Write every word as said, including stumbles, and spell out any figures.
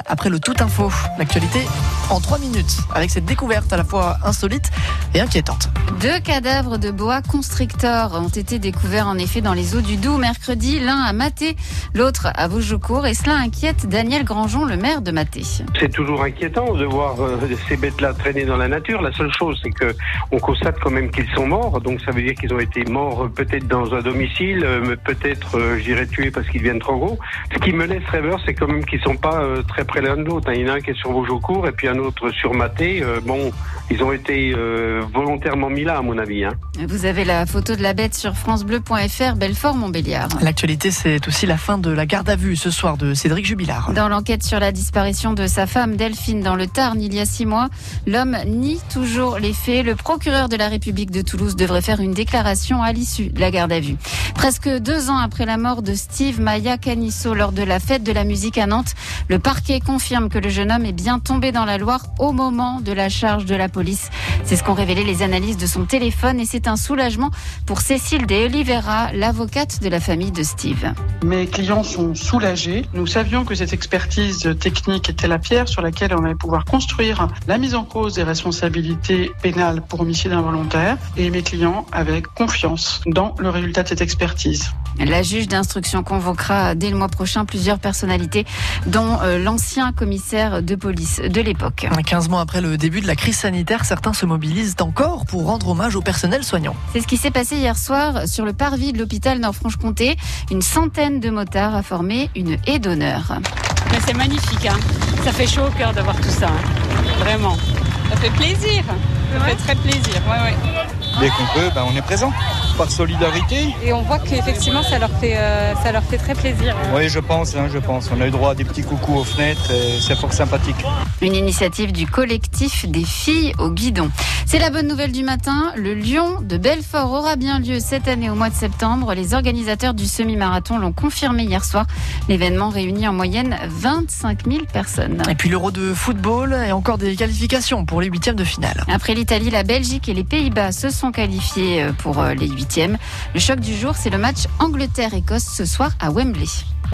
après le Tout Info. L'actualité en trois minutes, avec cette découverte à la fois insolite et inquiétante. Deux cadavres de boa constrictor ont été découverts en effet dans les eaux du Doubs mercredi. L'un à Mathé, l'autre à Vaugecourt. Et cela inquiète Daniel Granjon, le maire de Mathé. C'est toujours inquiétant de voir euh, ces bêtes-là traîner dans la nature. La seule chose, c'est que on constate quand même qu'ils sont morts. Donc ça veut dire qu'ils ont été morts euh, peut-être dans un domicile, euh, mais peut-être, euh, je dirais, tués parce qu'ils deviennent trop gros. Ce qui me laisse rêveur, c'est quand même qu'ils sont pas euh, très près l'un de l'autre. Il y en a un qui est sur Vaugecourt et puis un autre sur Mathé. Euh, bon, ils ont été euh, volontairement mis là, à mon avis. Hein. Vous avez la photo de la bête sur francebleu point f r, Belfort-Montbéliard. L'actualité, c'est aussi la fin de la garde à vue ce soir de Cédric Jubilard. Dans l'enquête sur la disparition de sa femme Delphine dans le Tarn il y a six mois, l'homme nie toujours les faits. Le procureur de la République de Toulouse devrait faire une déclaration à l'issue de la garde à vue. Presque deux ans après la mort de Steve Maya Canisso lors de la fête de la musique à Nantes, le parquet confirme que le jeune homme est bien tombé dans la Loire au moment de la charge de la police. C'est ce qu'ont révélé les analyses de son téléphone et c'est un soulagement pour Cécile de Oliveira, l'avocate de la famille de Steve. Mes clients sont soulagés. Nous savions que cette expertise technique était la pierre sur laquelle on allait pouvoir construire la mise en cause des responsabilités pénales pour homicide involontaire et mes clients avaient confiance dans le résultat de cette expertise. La juge d'instruction convoquera dès le mois prochain plusieurs personnalités, dont euh, l'ancien commissaire de police de l'époque. quinze mois après le début de la crise sanitaire, certains se mobilisent encore pour rendre hommage au personnel soignant. C'est ce qui s'est passé hier soir sur le parvis de l'hôpital Nord-Franche-Comté. Une centaine de motards a formé une haie d'honneur. Mais c'est magnifique, hein. Ça fait chaud au cœur d'avoir tout ça, hein. Vraiment. Ça fait plaisir, ça fait très plaisir, ouais, ouais. Dès qu'on peut, ben on est présent, par solidarité. Et on voit qu'effectivement ça leur fait, euh, ça leur fait très plaisir. Oui, je pense, hein, je pense. On a eu droit à des petits coucous aux fenêtres, et c'est fort sympathique. Une initiative du collectif des filles au guidon. C'est la bonne nouvelle du matin. Le Lion de Belfort aura bien lieu cette année au mois de septembre. Les organisateurs du semi-marathon l'ont confirmé hier soir. L'événement réunit en moyenne vingt-cinq mille personnes. Et puis l'Euro de football et encore des qualifications pour les huitièmes de finale. Après l'Italie, la Belgique et les Pays-Bas se sont qualifiés pour les huitièmes. Le choc du jour, c'est le match Angleterre-Écosse ce soir à Wembley.